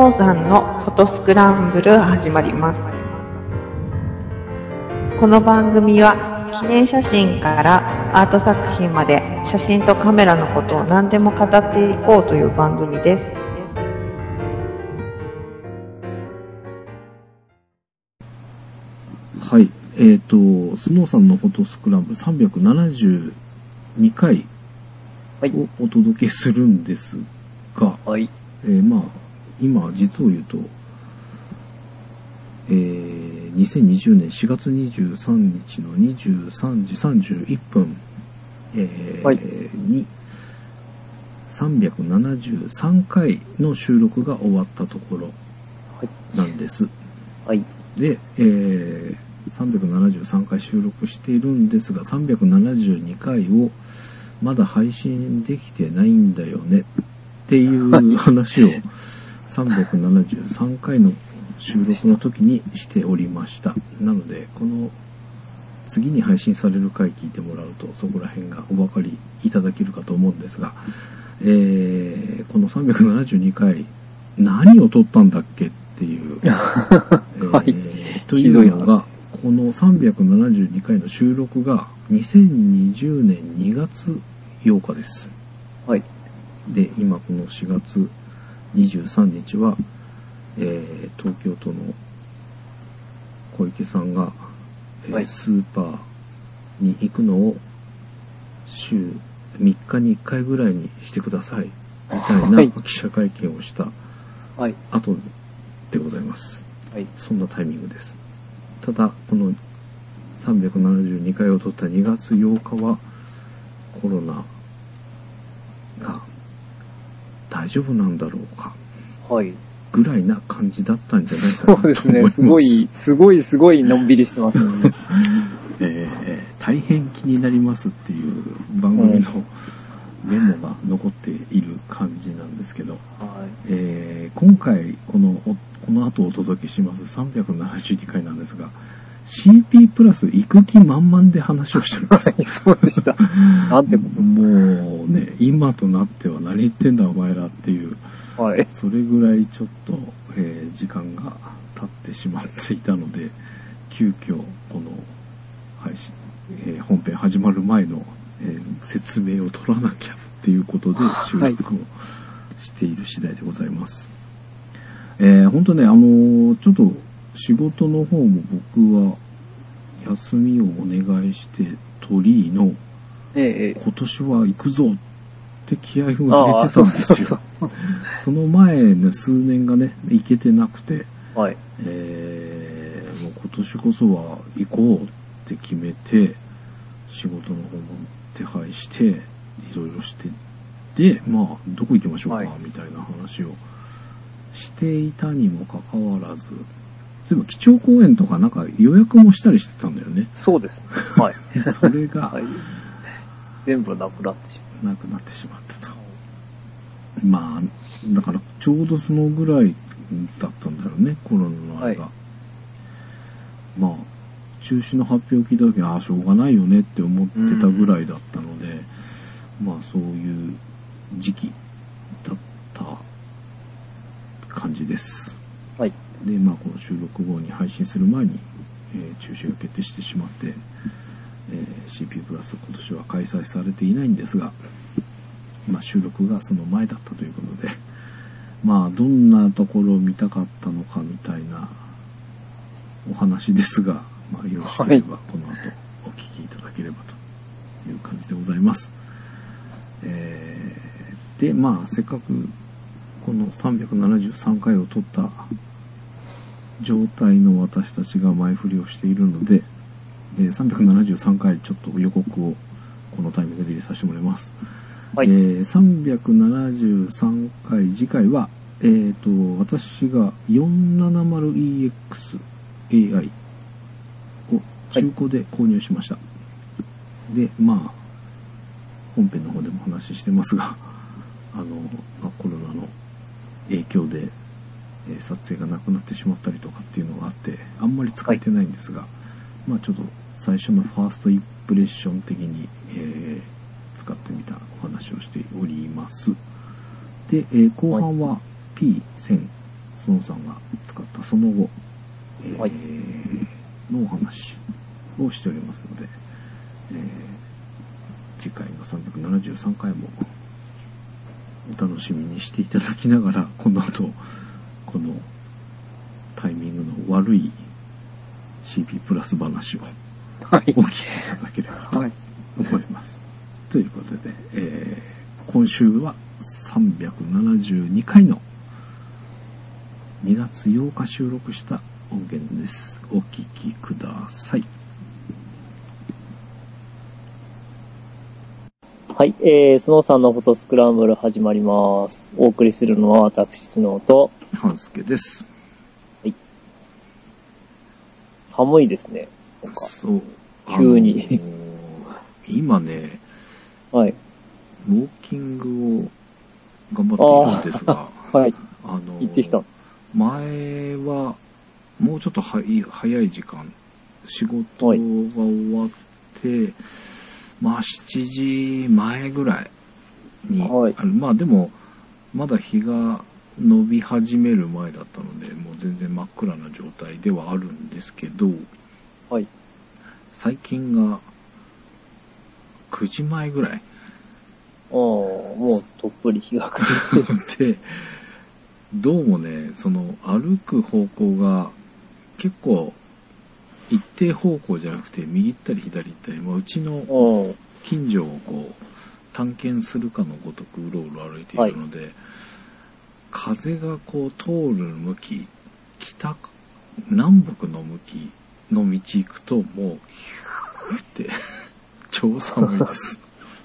ノーさんのフォトスクランブル始まります。この番組は記念写真からアート作品まで写真とカメラのことを何でも語っていこうという番組です。 はい、スノーさんのフォトスクランブル372回をお届けするんですが、 はい。 今実を言うと、2020年4月23日の23時31分、に373回の収録が終わったところなんです。 はい。 で、373回収録しているんですが、372回をまだ配信できてないんだよねっていう話を373回の収録の時にしておりました。なので、この次に配信される回聞いてもらうとそこら辺がお分かりいただけるかと思うんですが、この372回何を撮ったんだっけっていう、というのが、この372回の収録が2020年2月8日です。 はい。 で、今この4月23日は、東京都の小池さんが、スーパーに行くのを週3日に1回ぐらいにしてくださいみたいな記者会見をした後でございます。はい、そんなタイミングです。ただこの372回を撮った2月8日はコロナが大丈夫なんだろうか、ぐらいな感じだったんじゃないかなと思います。 そうですね。すごいのんびりしてますね。 大変気になりますっていう番組のメモが残っている感じなんですけど、今回この後お届けします372回なんですが、CP プラス行く気満々で話をしております。 そうでした。なんてこと。 もうね、今となっては何言ってんだお前らっていう、それぐらいちょっと、時間が経ってしまっていたので、急遽この配信、本編始まる前の、説明を取らなきゃっていうことで収録をしている次第でございます。本当ね、ちょっと仕事の方も僕は休みをお願いして取りの、今年は行くぞって気合を入れてたんですよ。その前の数年がね行けてなくて、もう今年こそは行こうって決めて仕事の方も手配していろいろしてで、どこ行きましょうか、みたいな話をしていたにもかかわらず、そういえば基調講演とかなんか予約もしたりしてたんだよね。 そうですね。 それが、 全部なくなってしまったと。だからちょうどそのぐらいだったんだよね、コロナの間。中止の発表を聞いた時はしょうがないよねって思ってたぐらいだったので、そういう時期だった感じです。で、この収録後に配信する前に、中止が決定してしまって、CP プラス今年は開催されていないんですが、収録がその前だったということで、どんなところを見たかったのかみたいなお話ですが、よろしければこの後お聞きいただければという感じでございます。で、せっかくこの373回を撮った状態の私たちが前振りをしているので、373回ちょっと予告をこのタイミングで入れさせてもらいます。373回次回は、私が 470EX AI を中古で購入しました。で、本編の方でもお話ししてますが、コロナの影響で、撮影がなくなってしまったりとかっていうのがあってあんまり使えてないんですが、ちょっと最初のファーストインプレッション的に、使ってみたお話をしております。で、後半は P1000、そスノーさんが使ったその後、 はい、 のお話をしておりますので、次回の373回もお楽しみにしていただきながら、この後このタイミングの悪い CP プラス話をお聞きいただければと思います、ということで、今週は372回の2月8日収録した音源です。お聞きください。 はい、スノーさんのフォトスクランブル始まります。お送りするのは私スノーと半助です。 はい。寒いですね。なんかそう。 急に。 今ね、 はい。 ウォーキングを頑張っているんですが、 はい。行ってきたんです。 前はもうちょっと早い時間、仕事が終わって、まあ7時前ぐらいに、はい、まあでもまだ日が伸び始める前だったので、もう全然真っ暗な状態ではあるんですけど、 はい、 最近が9時前ぐらい。 もうとっぷり日が暮れてで、どうもね、その歩く方向が結構一定方向じゃなくて右行ったり左行ったり、うちの近所をこう探検するかのごとくうろうろ歩いているので、はい、風がこう通る向き、南北の向きの道行くともうヒューって超寒いです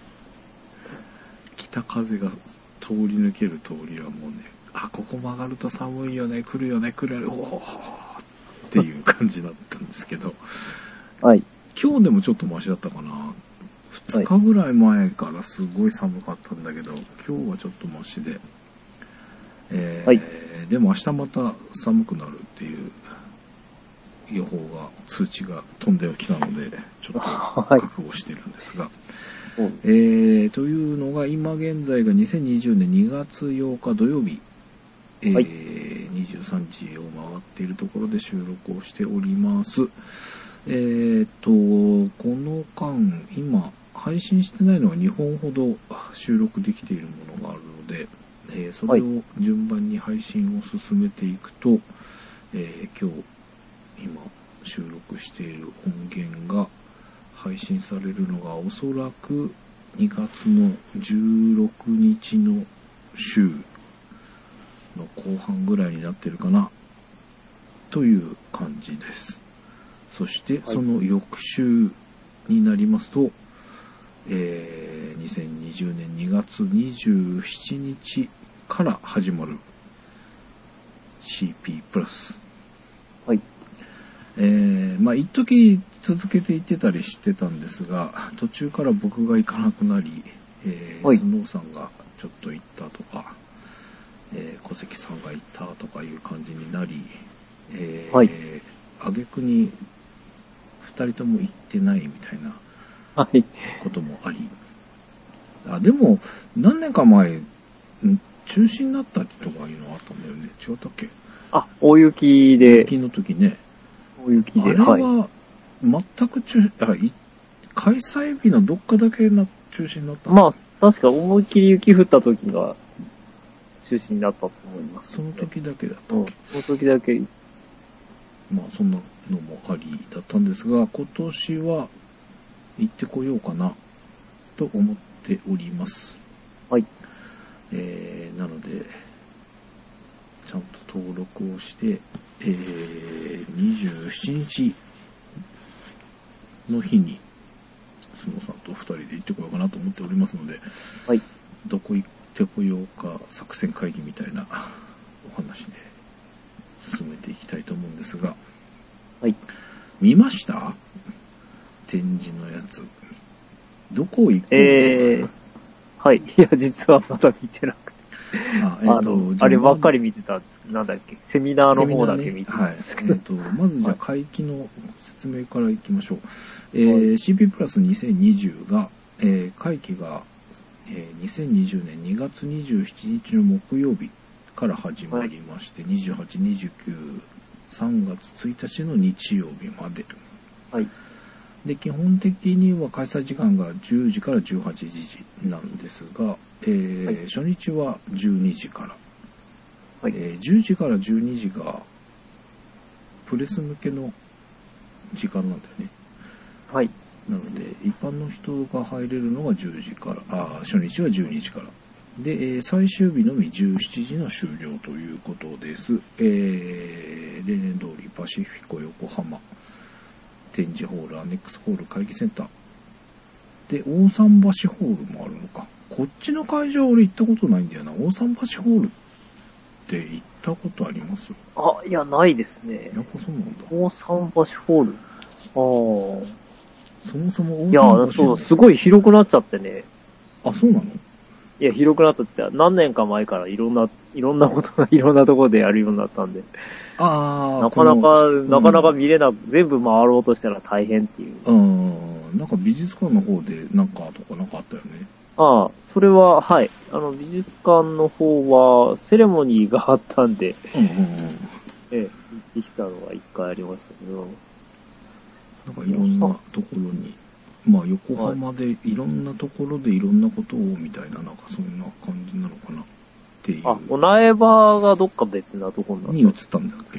北風が通り抜ける通りはもうね、ここ曲がると寒いよね、来るよね、来るよね、おーっていう感じだったんですけど、 はい。 今日でもちょっとマシだったかな。2日ぐらい前からすごい寒かったんだけど、今日はちょっとマシで、はい、でも明日また寒くなるっていう予報が、通知が飛んできたので、ちょっと覚悟してるんですが、はい、というのが今現在が2020年2月8日土曜日、はい、23時を回っているところで収録をしております。この間、今、配信してないのが2本ほど収録できているものがあるので、それを順番に配信を進めていくと、今日、今、収録している音源が配信されるのがおそらく2月の16日の週の後半ぐらいになってるかなという感じです。そしてその翌週になりますと、2020年2月27日から始まる CP プラス。 はい。 一時続けて行ってたりしてたんですが、途中から僕が行かなくなり、スノーさんがちょっと行ったとか、小関さんが行ったとかいう感じになり、挙句に2人とも行ってないみたいなこともあり、でも何年か前中止になったとかいうのあったんだよね。違ったっけ？ 大雪で。 雪の時ね。 大雪で。 あれは全く開催日のどっかだけ中止になった。 確か思いっきり雪降った時が中止になったと思います、ね。 その時だけだったっけ？ その時だけ。 そんなのもありだったんですが、今年は行ってこようかなと思っております。 はい。 なのでちゃんと登録をして、27日の日にスノーさんと2人で行ってこようかなと思っておりますので、 はい。 どこ行ってこようか作戦会議みたいなお話で進めていきたいと思うんですが、 はい。 見ました？展示のやつ。どこ行く？ はい。いや、実はまだ見てなくて。あればっかり見てたんですけど、なんだっけ、セミナーの方だけ見てたんですけど。 まずじゃあ会期の説明からいきましょう。CP プラス2020が、会期が、2020年2月27日の木曜日から始まりまして、28、29、3月1日の日曜日まで。 はい。 で、基本的には開催時間が10時から18時なんですが、はい、初日は12時から。はい、10時から12時がプレス向けの時間なんだよね。 はい。 なので、一般の人が入れるのが10時から、初日は12時から。で、最終日のみ17時の終了ということです。例年通りパシフィコ横浜展示ホール、アネックスホール、会議センター。で、大桟橋ホールもあるのか。こっちの会場俺行ったことないんだよな。大桟橋ホールって行ったことあります？ いや、ないですね。 やっぱそうなんだ。 大桟橋ホール。 そもそも大桟橋ホール。いや、そう、すごい広くなっちゃってね。 そうなの？ いや、広くなったって、何年か前からいろんなことがいろんなところでやるようになったんで。なかなか見れなく、全部回ろうとしたら大変っていう。 なんか美術館の方でなんかあったよね。 それは、はい。美術館の方は、セレモニーがあったんで、行ってきたのが一回ありましたけど。 なんかいろんなところに、横浜でいろんなところでいろんなことをみたいな、なんかそんな感じなのかなっていう。 お苗場がどっか別なところに移ったんだっけ？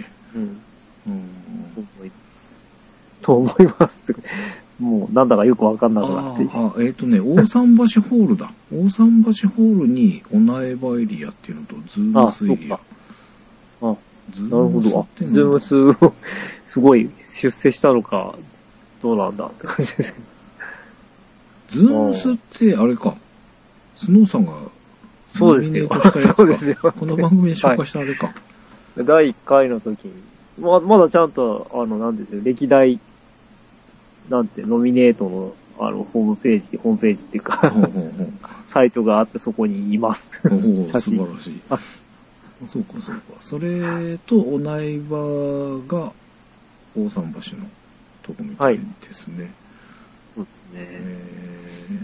と思います。もうなんだかよくわかんなくなって。 大桟橋ホールだ。大桟橋ホールにお苗場エリアっていうのとズームスエリア。 なるほど。ズームスすごい出世したのか、どうなんだって感じですけど。 ズームスってあれか。スノーさんがそうですよ。 そうですよ。この番組で紹介したあれか。 第1回の時に。まだちゃんと、なんですよ、歴代、ノミネートの、ホームページっていうか、サイトがあってそこにいます。 写真。素晴らしい。そうか。それと、お苗場が、大桟橋のとこみたいですね。 そうですね。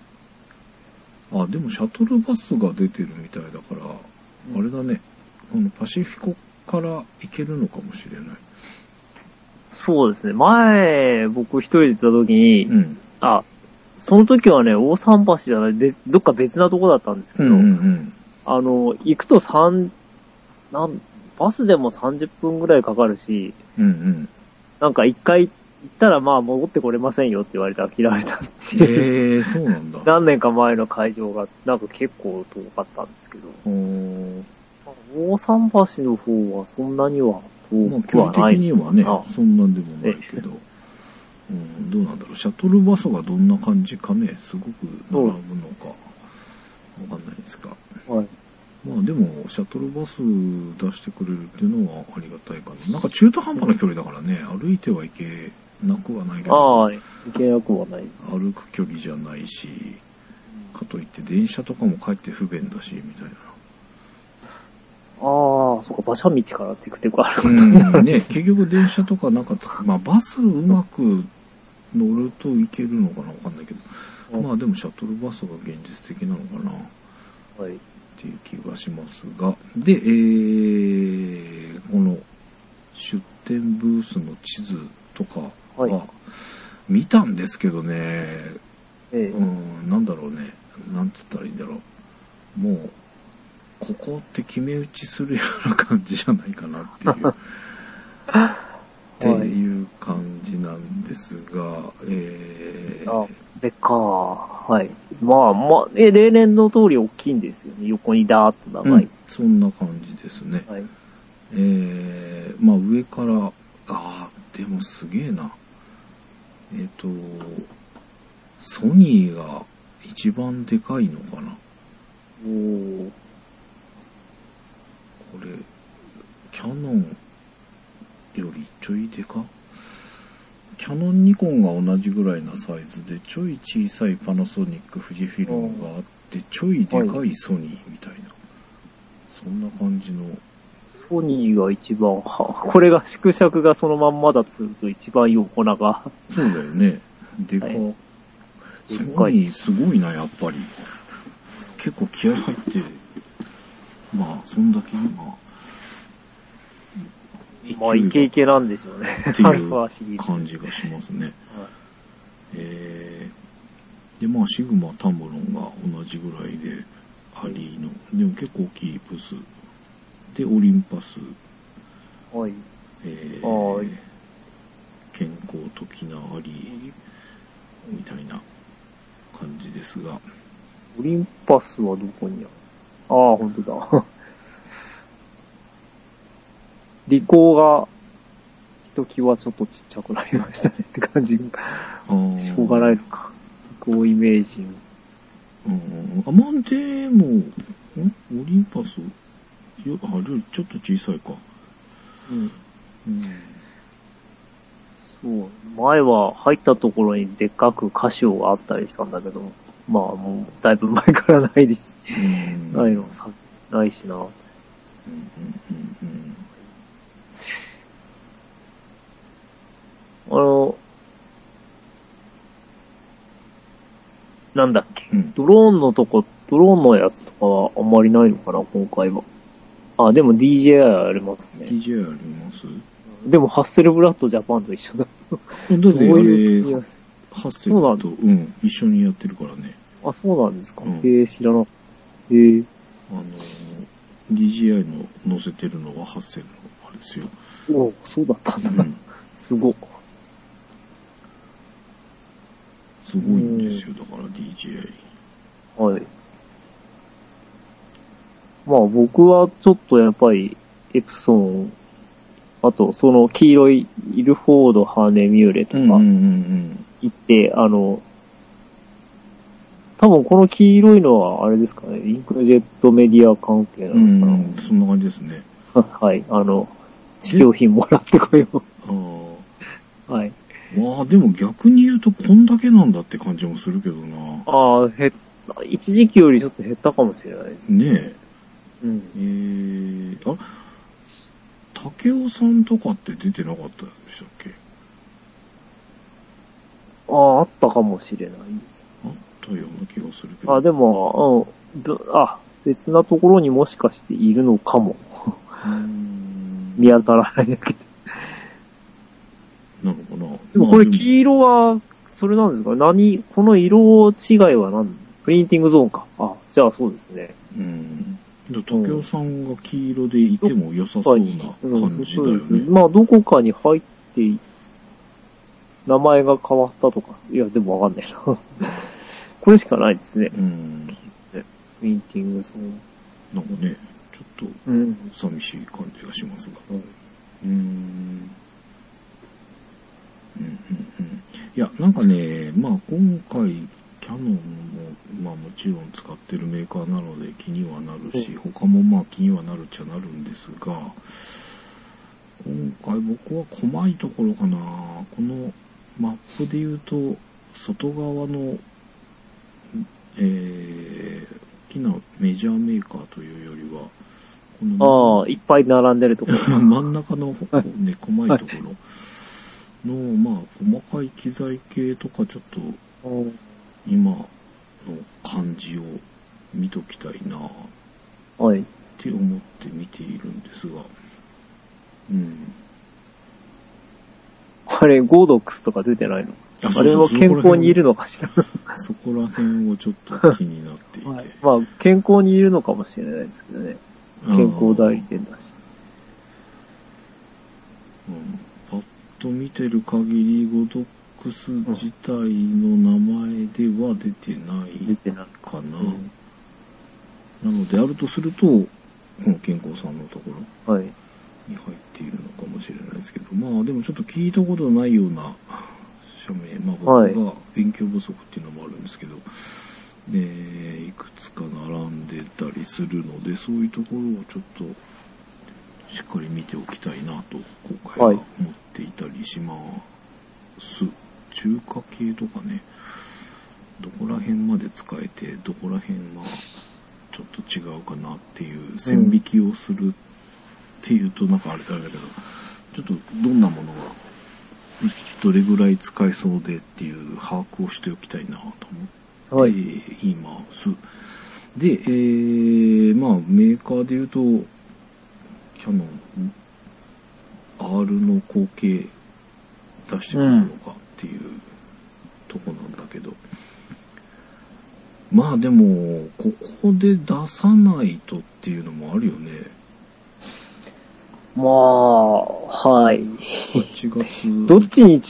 でもシャトルバスが出てるみたいだから、あれだね。パシフィコから行けるのかもしれない。 そうですね。前、僕一人で行った時に、その時はね、大桟橋じゃない、どっか別なとこだったんですけど、行くとバスでも30分ぐらいかかるし、なんか一回行ったら戻ってこれませんよって言われて諦めたっていう。 そうなんだ。 何年か前の会場が、なんか結構遠かったんですけど。大桟橋の方はそんなには遠くはない。 距離的にはね、そんなんでもないけど。どうなんだろう。シャトルバスがどんな感じかね、すごく並ぶのか、わかんないですが。でも、シャトルバス出してくれるっていうのはありがたいかな。なんか中途半端な距離だからね、歩いてはいけなくはないけど。 いけなくはない。 歩く距離じゃないし、かといって電車とかも帰って不便だし、みたいな。 そうか、馬車道からテクテクあることになるね。結局電車とかなんか、バスうまく乗るといけるのかなわかんないけど。でもシャトルバスが現実的なのかな。っていう気がしますが。で、この出店ブースの地図とかは見たんですけどね、なんだろうね。なんつったらいいんだろう。もう、ここって決め打ちするような感じじゃないかなっていう。っていう感じなんですが、例年の通り大きいんですよね。横にダーッと長い。そんな感じですね。上から、でもすげえな。ソニーが一番でかいのかな。これ、キャノンよりちょいでか？キャノンニコンが同じぐらいなサイズで、ちょい小さいパナソニック、富士フィルムがあって、ちょいでかいソニーみたいな。そんな感じの。ソニーが一番、これが縮尺がそのまんまだとすると一番横長。そうだよね。でか。ソニーすごいな、やっぱり。結構気合入ってまあ、そんだけ今、 まあ、イケイケなんでしょうね。 っていう感じがしますね。はい、で、まあ、シグマ、タムロンが同じぐらいでありの、でも結構大きいプス。で、オリンパス。 はい。 健康的なあり、みたいな感じですが。 オリンパスはどこにある？ああ、ほんとだ。リコーが、ひときわちょっとちっちゃくなりましたねって感じが。しょうがないのか。リコーイメージ。 あ、まあ、でも、オリンパス、あれよりちょっと小さいか。 そう。前は入ったところにでっかくカシオがあったりしたんだけど、まあもうだいぶ前からないですし、ないのさ、ないしな。なんだっけ、ドローンのやつとかはあんまりないのかな、今回は。あ、でも DJI ありますね。 DJI あります？ でもハッセルブラッドジャパンと一緒だ。 だってあれ、ハッセルと、一緒にやってるからね。 あ、そうなんですか。知らなかった。DJI の載せてるのはハッセルのあれですよ。 お、そうだったんだな。すごい。 すごいんですよ、だから DJI。 はい。まあ僕はちょっとやっぱりエプソン、あとその黄色いイルフォード、ハーネミューレとか行って、多分この黄色いのはあれですかね、インクジェットメディア関係なのかな。 そんな感じですね。 はい、試供品もらってこよう。はい。 まあでも逆に言うとこんだけなんだって感じもするけどな。 一時期よりちょっと減ったかもしれないですね。ねえ。竹雄さんとかって出てなかったでしたっけ？ あったかもしれないです。 あったような気がするけど。 でも、別なところにもしかしているのかも。見当たらないだけで。 なのかな。 でもこれ黄色は、それなんですか？この色違いはプリンティングゾーンか。じゃあそうですね。 竹雄さんが黄色でいても良さそうな感じだよね。 まあどこかに入って名前が変わったとか。いや、でもわかんないな。これしかないですね。プリンティングゾーン。 なんかね、ちょっと寂しい感じがしますが。いや、なんかね、まあ今回、キャノンも、まあもちろん使ってるメーカーなので気にはなるし、他もまあ気にはなるっちゃなるんですが、今回僕は細いところかな、このマップで言うと、外側の、大きなメジャーメーカーというよりは、 このいっぱい並んでるところ。 真ん中の、ね、細いところ。の、まあ、細かい機材系とかちょっと、今の感じを見ときたいなって思って見ているんですが。 あれ、ゴードックスとか出てないの？あれは健康にいるのかしら。 そこら辺をちょっと気になっていて。 まあ、健康にいるのかもしれないですけどね。健康代理店だし。 と見てる限りゴドックス自体の名前では出てないかな。なのであるとするとこの健康さんのところに入っているのかもしれないですけど、まあでもちょっと聞いたことないような社名、まあ僕が勉強不足っていうのもあるんですけど、いくつか並んでたりするので、そういうところをちょっとしっかり見ておきたいなと今回は思っていたりします。中華系とかね、どこら辺まで使えてどこら辺はちょっと違うかなっていう線引きをするっていうとなんかあれだけど、ちょっとどんなものがどれぐらい使えそうでっていう把握をしておきたいなと思っています。 で、まあメーカーで言うとキャノン R の後継出してくるのかっていうとこなんだけど、まあでもここで出さないとっていうのもあるよね。 まあ、はい。 8月。 どっちに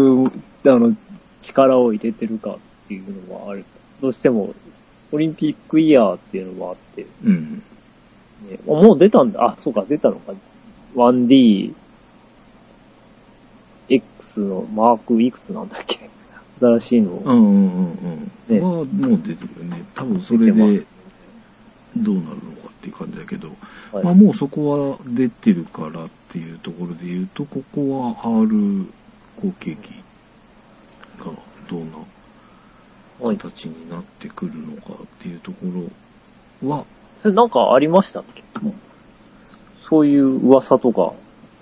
力を入れてるかっていうのはある。どうしても、オリンピックイヤーっていうのもあって。 うん。 ね、もう出たんだ。あ、そうか、出たのか。1D、X のマークいくつなんだっけ、新しいの。 ね、はもう出てるよね。多分それでどうなるのかっていう感じだけど、はい、まあもうそこは出てるからっていうところで言うと、ここは R 後継機がどんな形になってくるのかっていうところは、 なんかありましたっけ？そういう噂とか。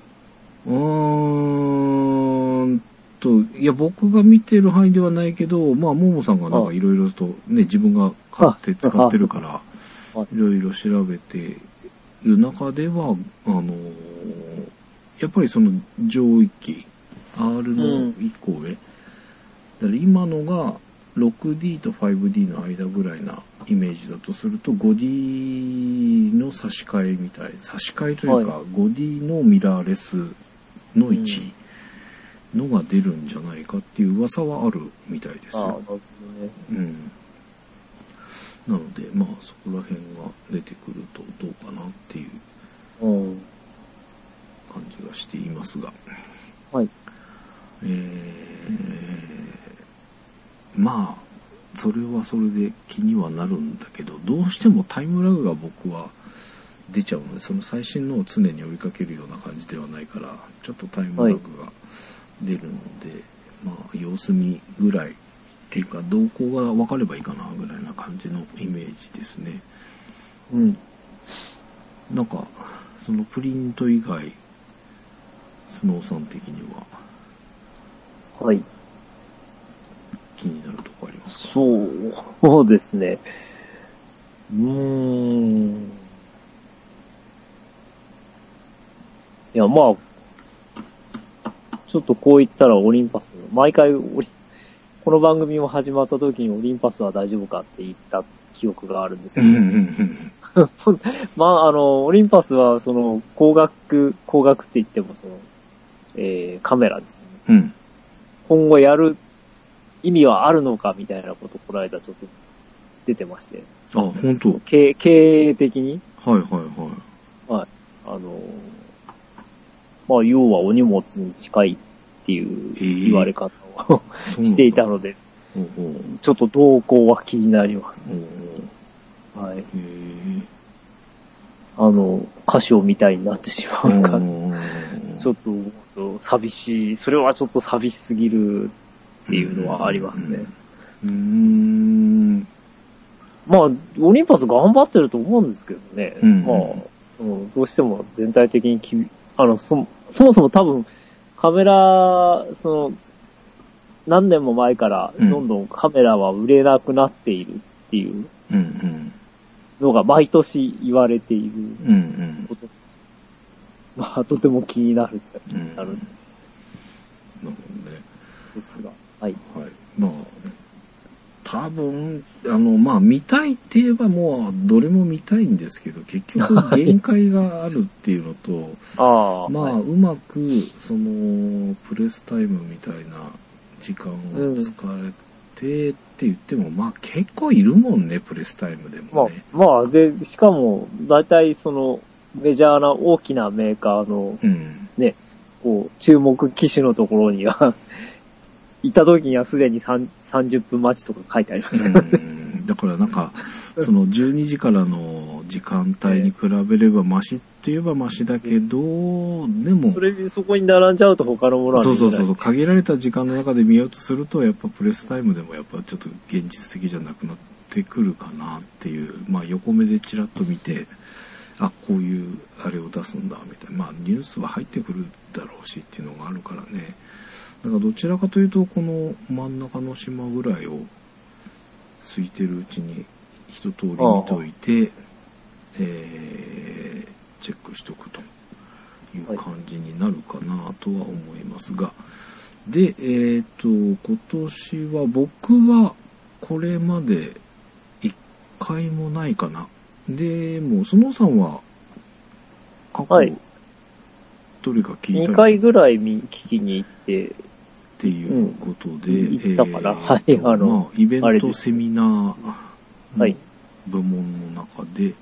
いや、僕が見てる範囲ではないけど、まあ、ももさんがなんかいろいろとね、自分が買って使ってるから、いろいろ調べてる中では、やっぱりその上位機、R の1個上、だから今のが 6D と 5D の間ぐらいなイメージだとすると、5D の差し替えみたい、差し替えというか、はい、5D のミラーレスの位置のが出るんじゃないかっていう噂はあるみたいですよ。 なるほどね。 うん。なので、まあそこら辺が出てくるとどうかなっていう感じがしていますが。 はい。 まあそれはそれで気にはなるんだけど、どうしてもタイムラグが僕は出ちゃうので、その最新のを常に追いかけるような感じではないから、ちょっとタイムラグが出るので、まあ様子見ぐらいっていうか、動向が分かればいいかなぐらいな感じのイメージですね。 うん。 なんかそのプリント以外、スノーさん的には、 はい。 気になるとこありますか？ そうですね。いや、まあ、ちょっとこう言ったらオリンパス、毎回この番組も始まった時にオリンパスは大丈夫かって言った記憶があるんですけど、まあ、オリンパスはその光学って言ってもその、カメラですね。 うん、 今後やる意味はあるのかみたいなことこの間ちょっと出てまして。 あ、本当。 経営的に。 はいはいはい。 はい。まあ、要はお荷物に近いっていう言われ方を、していたので、ちょっと動向は気になりますね。はい。歌詞を見たいになってしまうか、ちょっと寂しい、それはちょっと寂しすぎるっていうのはありますね。まあ、オリンパス頑張ってると思うんですけどね。まあ、どうしても全体的にそもそも多分、カメラ、何年も前からどんどんカメラは売れなくなっているっていうのが毎年言われていること。まあ、とても気になるっちゃ気になる。なるほどね。 ですが。はい。 はい。まあ、多分、まあ、見たいって言えばもう、どれも見たいんですけど、結局、限界があるっていうのと、まあ、うまく、プレスタイムみたいな時間を使えてって言っても、まあ、結構いるもんね、プレスタイムでもね。 まあ、で、しかも、大体、メジャーな大きなメーカーの、ね、こう、注目機種のところには、行った時にはすでに30分待ちとか書いてありますからね。 だからなんか、12時からの時間帯に比べればマシって言えばマシだけど、でも。 そこに並んじゃうと他のものは見れない。 そう。限られた時間の中で見ようとすると、やっぱプレスタイムでもやっぱちょっと現実的じゃなくなってくるかなっていう、まあ横目でチラッと見て、あ、こういうあれを出すんだ、みたいな。まあニュースは入ってくるだろうしっていうのがあるからね。だからどちらかというとこの真ん中の島ぐらいを空いてるうちに一通り見といて、チェックしとくという感じになるかなとは思いますが、で、今年は僕はこれまで1回もないかな。で、もうスノーさんは過去、どれか聞いた 2回ぐらい聞きに行って、 っていうことで、 行ったから、はい、 イベントセミナーの部門の中で、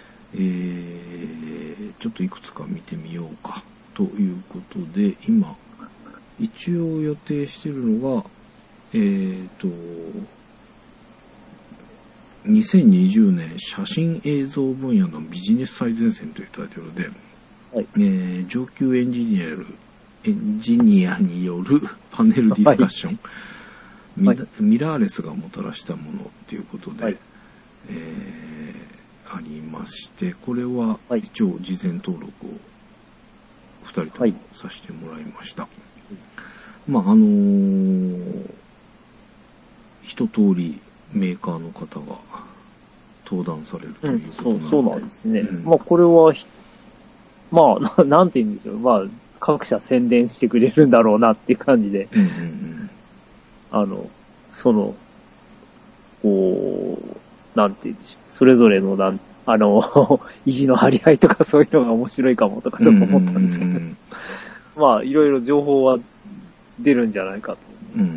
ちょっといくつか見てみようかということで、今、一応予定しているのが、2020年写真映像分野のビジネス最前線というタイトルで、上級エンジニアによるパネルディスカッション、ミラーレスがもたらしたものっていうことで、ありまして、これは一応事前登録を2人ともさせてもらいました。まあ一通りメーカーの方が登壇されるということなので、 そうなんですね。まあこれはなんて言うんでしょう。まあ各社宣伝してくれるんだろうなっていう感じで、なんて言うんでしょう。それぞれの意地の張り合いとかそういうのが面白いかもとかちょっと思ったんですけど、まあいろいろ情報は出るんじゃないかと。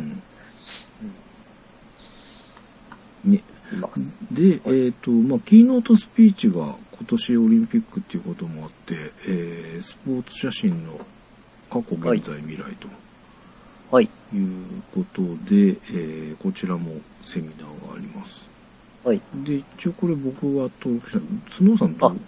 ね。で、キーノートスピーチが今年オリンピックっていうこともあって、スポーツ写真の過去、現在、未来ということで、こちらもセミナーがあります。で、一応これ僕が登録した、スノーさんと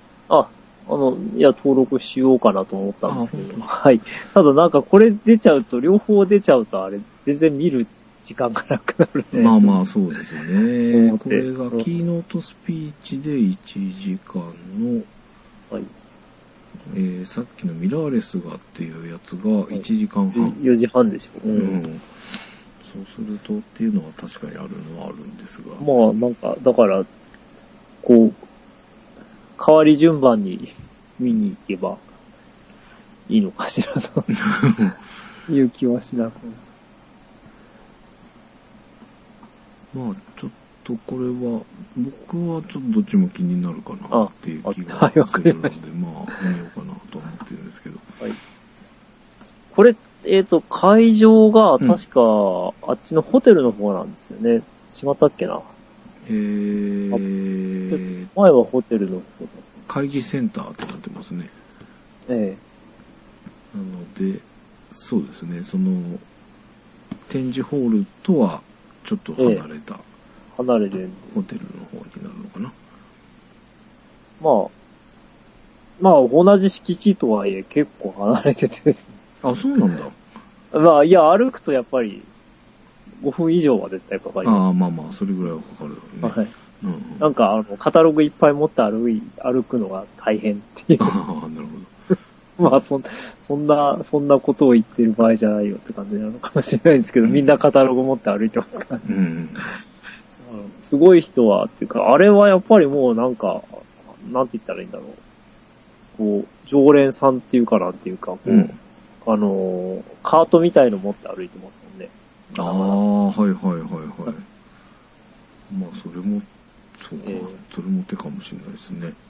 登録しようかなと思ったんですけど、ただなんかこれ両方出ちゃうとあれ、全然見る時間がなくなるね。 まあそうですね。これがキーノートスピーチで1時間の、さっきのミラーレスがっていうやつが1時間半。 4時半でしょ。 そうするとっていうのは確かにあるのはあるんですが。 まあなんか、だから、代わり順番に見に行けばいいのかしらという気はしなく。 まあちょっとこれは僕はちょっとどっちも気になるかなっていう気がするので、まあ見ようかなと思ってるんですけど。 これ会場が確かあっちのホテルの方なんですよね。違ったっけな。前はホテルの方だった。 会議センターってなってますね。なので、そうですね、その展示ホールとはちょっと離れた、 離れるホテルの方になるのかな。 まあ同じ敷地とはいえ結構離れててですね。 そうなんだ。 歩くとやっぱり5分以上は絶対かかります。 まあそれぐらいはかかるだろうね。 なんかカタログいっぱい持って歩くのが大変っていう。 なるほど。 まあそんなことを言ってる場合じゃないよって感じなのかもしれないんですけど、みんなカタログ持って歩いてますからね。すごい人はっていうか、あれはやっぱりもうなんか、なんて言ったらいいんだろう。常連さんっていうかなんていうか、カートみたいの持って歩いてますもんね。 まあそれも、そうか、それも手かもしれないですね。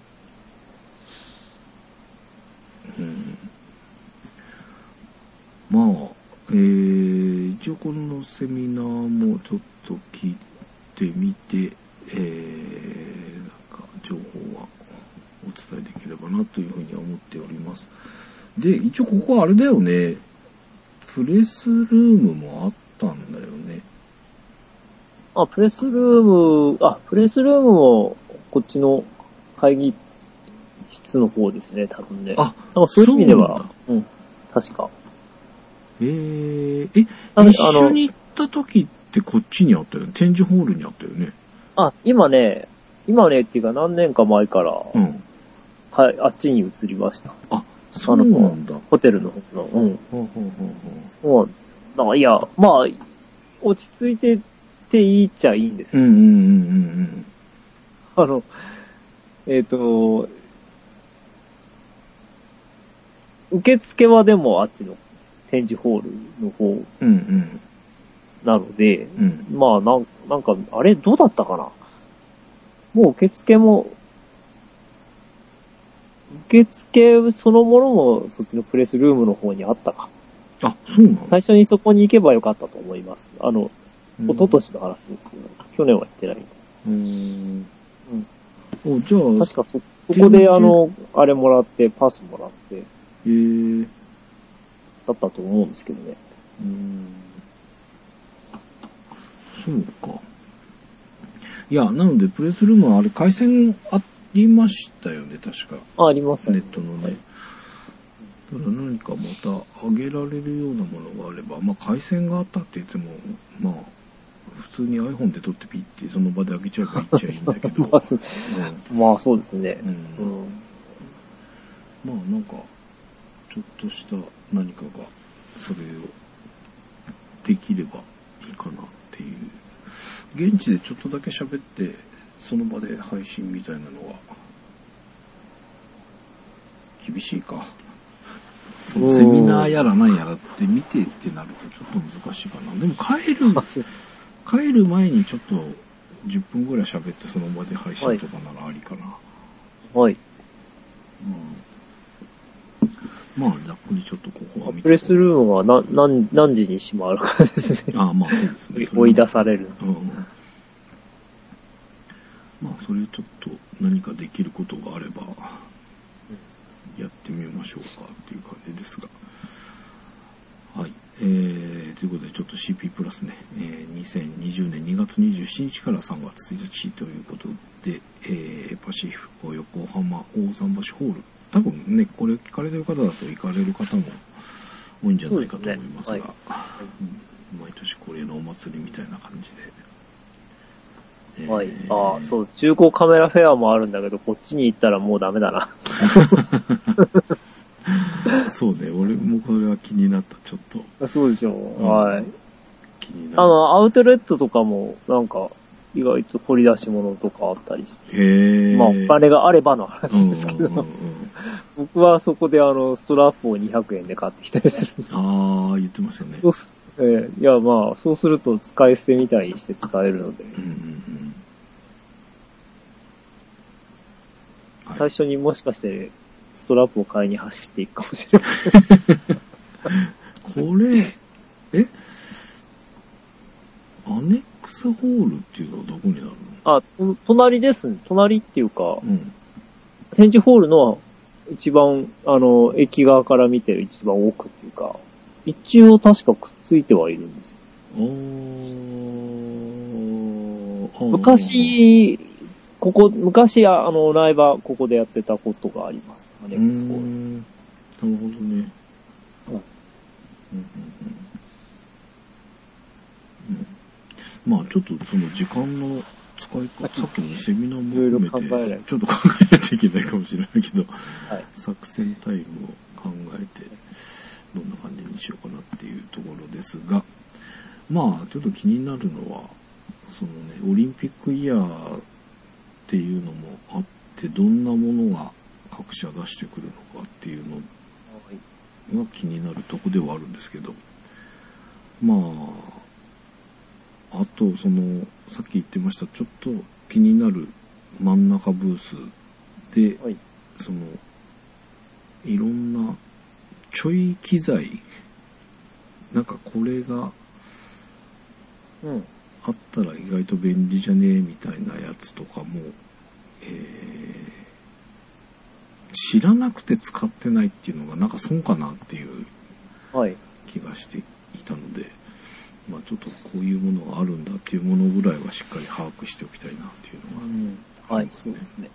まあ、一応このセミナーもちょっと聞いてみて、なんか情報はお伝えできればなというふうには思っております。で、一応ここはあれだよね、プレスルームもあったんだよね。 プレスルームもこっちの会議室の方ですね、多分ね。そういう意味では、確か。 一緒に行った時ってこっちにあったよね。展示ホールにあったよね。 今ねっていうか何年か前から、あっちに移りました。 そうなんだ。 ホテルの方の。そうなんです。だからまあ、落ち着いてていいっちゃいいんですよ。 受付はでもあっちの展示ホールの方なので、まあなんか、あれどうだったかな？もう受付そのものもそっちのプレスルームの方にあったか。 あ、そうなの？ 最初にそこに行けばよかったと思います。一昨年の話ですけど、去年は行ってない。 じゃあ、 確かそこであれもらって、パスもらって、だったと思うんですけどね。 そうか。いや、なので、プレスルームはあれ、回線ありましたよね、確か。 ありますね。ネットのね。ただ何かまた上げられるようなものがあれば、まあ、回線があったって言っても、まあ、普通に iPhone で撮ってピッてその場で上げちゃえばいっちゃいいんだけど。 まあそうですね。 まあなんか、ちょっとした何かが、それをできればいいかなっていう。現地でちょっとだけ喋って、その場で配信みたいなのは、厳しいか。そのセミナーやら何やらって見てってなるとちょっと難しいかな。でも帰る前にちょっと10分ぐらい喋ってその場で配信とかならありかな。 はい。 まあ、ざっくりちょっとここは見て。 プレスルームは何時に閉まるかですね。 まあそうですね。 追い出される。 まあ、それちょっと何かできることがあれば、やってみましょうかっていう感じですが。はい。ということで、ちょっと CP プラスね、2020年2月27日から3月1日ということで、パシフィコ横浜大桟橋ホール。多分ね、これ聞かれてる方だと行かれる方も多いんじゃないかと思いますが、毎年恒例のお祭りみたいな感じで。はい。そう、中古カメラフェアもあるんだけど、こっちに行ったらもうダメだな。 そうね、俺もこれは気になった、ちょっと。 そうでしょう。はい。気になる。アウトレットとかも、なんか、意外と掘り出し物とかあったりして。まあ、お金があればの話ですけど。僕はそこでストラップを200円で買ってきたりする。 ああ、言ってましたね。 いや、まあ、そうすると使い捨てみたいにして使えるので。最初にもしかして、ストラップを買いに走っていくかもしれない。 これ、アネックスホールっていうのはどこになるの？ 隣ですね。隣っていうか、展示ホールの一番、駅側から見てる一番奥っていうか、一応確かくっついてはいるんですよ。昔、ライバーここでやってたことがあります。アネックスホール。 なるほどね。まあちょっとその時間の使い方、さっきのセミナーも含めて、ちょっと考えないといけないかもしれないけど、作戦タイムを考えて、どんな感じにしようかなっていうところですが、まあちょっと気になるのは、そのね、オリンピックイヤーっていうのもあって、どんなものが各社出してくるのかっていうのが気になるとこではあるんですけど、まあ、あとそのさっき言ってましたちょっと気になる真ん中ブースで、そのいろんなちょい機材なんかこれがあったら意外と便利じゃねえみたいなやつとかも、知らなくて使ってないっていうのがなんか損かなっていう気がしていたので、まあちょっとこういうものがあるんだっていうものぐらいはしっかり把握しておきたいなっていうのがありますね。 そうですね。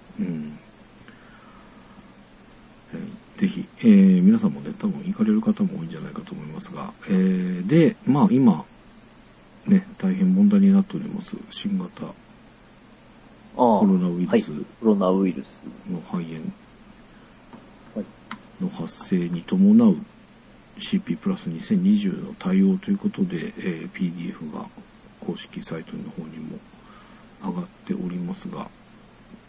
ぜひ、皆さんもね多分行かれる方も多いんじゃないかと思いますが、でまあ今ね大変問題になっております新型コロナウイルスの肺炎の発生に伴う CP プラス2020の対応ということで、PDF が公式サイトの方にも上がっておりますが、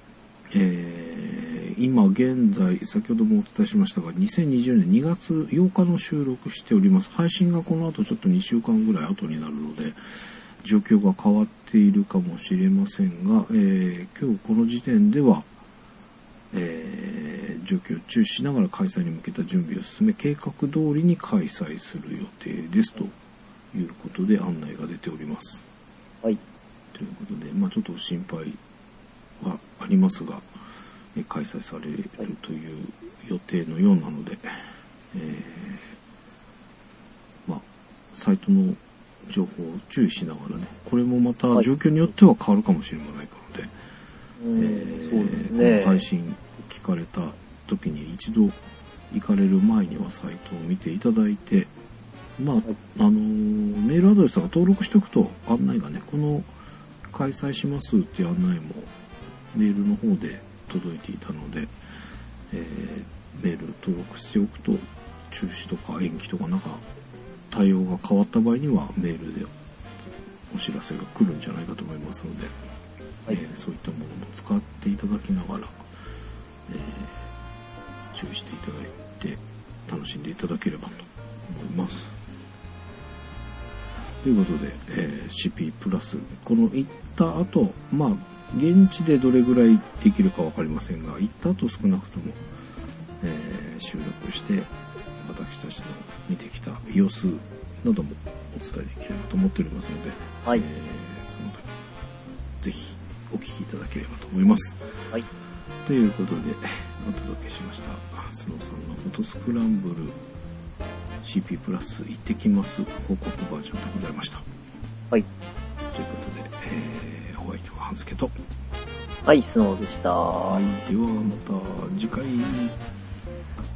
今現在、先ほどもお伝えしましたが、2020年2月8日の収録しております。配信がこの後ちょっと2週間ぐらい後になるので、状況が変わっているかもしれませんが、今日この時点では、状況を注視しながら開催に向けた準備を進め、計画通りに開催する予定ですということで案内が出ております。 はい。 ということで、ちょっと心配はありますが、開催されるという予定のようなので、サイトの情報を注意しながらね、これもまた状況によっては変わるかもしれないので、 そうですね、 配信聞かれた時に一度行かれる前にはサイトを見ていただいて、メールアドレスが登録しておくと案内がね、この開催しますっていう案内もメールの方で届いていたので、メール登録しておくと中止とか延期とかなんか対応が変わった場合にはメールでお知らせが来るんじゃないかと思いますので、そういったものも使っていただきながら、注意していただいて楽しんでいただければと思います。ということで、CP プラスこの行った後、現地でどれぐらいできるか分かりませんが、行った後少なくとも、収録して私たちの見てきた様子などもお伝えできればと思っておりますので、その時ぜひお聞きいただければと思います。 はい。 ということでお届けしましたスノーさんのフォトスクランブル CP プラス行ってきます報告バージョンでございました。 はい。 ということで、お相手は半助と、 はい、スノーでした。 はい、ではまた次回。